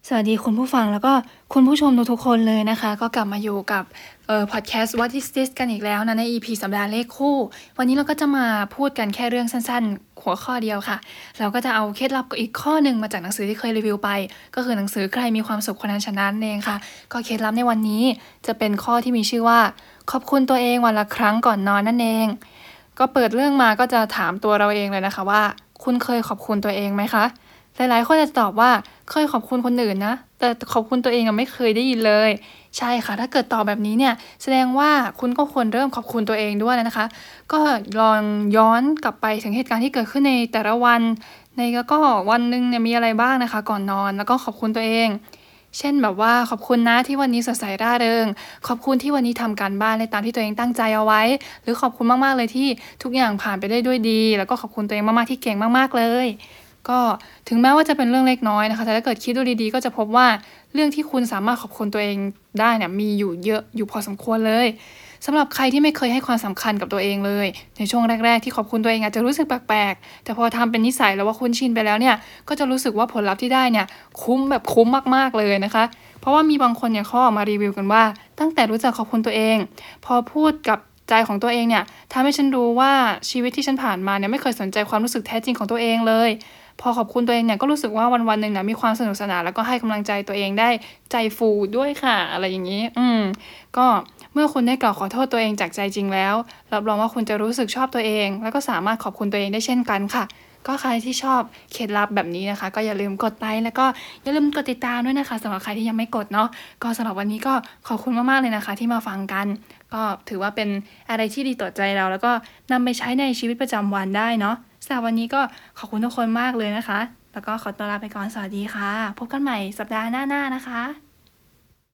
สวัสดีคุณผู้ฟังแล้วก็คุณผู้ชมทุกๆคนเลยนะคะก็กลับมาอยู่กับพอดแคสต์ What is this กันอีกแล้วนะใน EP สัปดาห์เลขคู่วันนี้เราก็จะมาพูดกันแค่เรื่องสั้นๆหัวข้อเดียวค่ะเราก็จะเอาเคล็ดลับอีกข้อหนึ่งมาจากหนังสือที่เคยรีวิวไปก็คือหนังสือใครมีความสุขคนนั้นชนะนั่นเองค่ะก็เคล็ดลับในวันนี้จะเป็นข้อที่มีชื่อว่าขอบคุณตัวเองวันละครั้งก่อนนอนนั่นเองก็เปิดเรื่องมาก็จะถามตัวเราเองเลยนะคะว่าคุณเคยขอบคุณตัวเองไหมคะหลายๆคนจะตอบว่าเคยขอบคุณคนอื่นนะแต่ขอบคุณตัวเองไม่เคยได้ยินเลยใช่ค่ะถ้าเกิดตอบแบบนี้เนี่ยแสดงว่าคุณก็ควรเริ่มขอบคุณตัวเองด้วยนะคะก็ลองย้อนกลับไปถึงเหตุการณ์ที่เกิดขึ้นในแต่ละวันในแล้วก็วันหนึ่งเนี่ยมีอะไรบ้างนะคะก่อนนอนแล้วก็ขอบคุณตัวเองเช่นแบบว่าขอบคุณนะที่วันนี้สดใสร่าเริงขอบคุณที่วันนี้ทำการบ้านในตามที่ตัวเองตั้งใจเอาไว้หรือขอบคุณมากๆเลยที่ทุกอย่างผ่านไปได้ด้วยดีแล้วก็ขอบคุณตัวเองมากๆที่เก่งมากๆเลยก็ถึงแม้ว่าจะเป็นเรื่องเล็กน้อยนะคะแต่ถ้าเกิดคิดดูดีๆก็จะพบว่าเรื่องที่คุณสามารถขอบคุณตัวเองได้เนี่ยมีอยู่เยอะอยู่พอสมควรเลยสำหรับใครที่ไม่เคยให้ความสำคัญกับตัวเองเลยในช่วงแรกๆที่ขอบคุณตัวเองอาจจะรู้สึกแปลกๆแต่พอทำเป็นนิสัยแล้วว่าคุ้นชินไปแล้วเนี่ยก็จะรู้สึกว่าผลลัพธ์ที่ได้เนี่ยคุ้มมากๆเลยนะคะเพราะว่ามีบางคนเนี่ยเขาออกมารีวิวกันว่าตั้งแต่รู้จักขอบคุณตัวเองพอพูดกับใจของตัวเองเนี่ยทำให้ฉันรู้ว่าชีวิตที่ฉันผ่านมาเนี่ยไม่เคยสนใจความรู้สึกแท้จริงของตัวเองเลยพอขอบคุณตัวเองเนี่ยก็รู้สึกว่าวันๆหนึ่งเนี่ยมีความสนุกสนานแล้วก็ให้กำลังใจตัวเองได้ใจฟูด้วยค่ะอะไรอย่างนี้ก็เมื่อคุณได้กล่าวขอโทษตัวเองจากใจจริงแล้วรับรองว่าคุณจะรู้สึกชอบตัวเองแล้วก็สามารถขอบคุณตัวเองได้เช่นกันค่ะก็ใครที่ชอบเคล็ดลับแบบนี้นะคะก็อย่าลืมกดไลค์แล้วก็อย่าลืมกดติดตามด้วยนะคะสำหรับใครที่ยังไม่กดเนาะก็สำหรับวันนี้ก็ขอบคุณมากๆเลยนะคะที่มาฟังกันก็ถือว่าเป็นอะไรที่ดีต่อใจเราแล้วก็นำไปใช้ในชีวิตประจำวันได้เนาะสำหรับวันนี้ก็ขอบคุณทุกคนมากเลยนะคะแล้วก็ขอตัวลาไปก่อนสวัสดีค่ะพบกันใหม่สัปดาห์หน้าๆนะคะ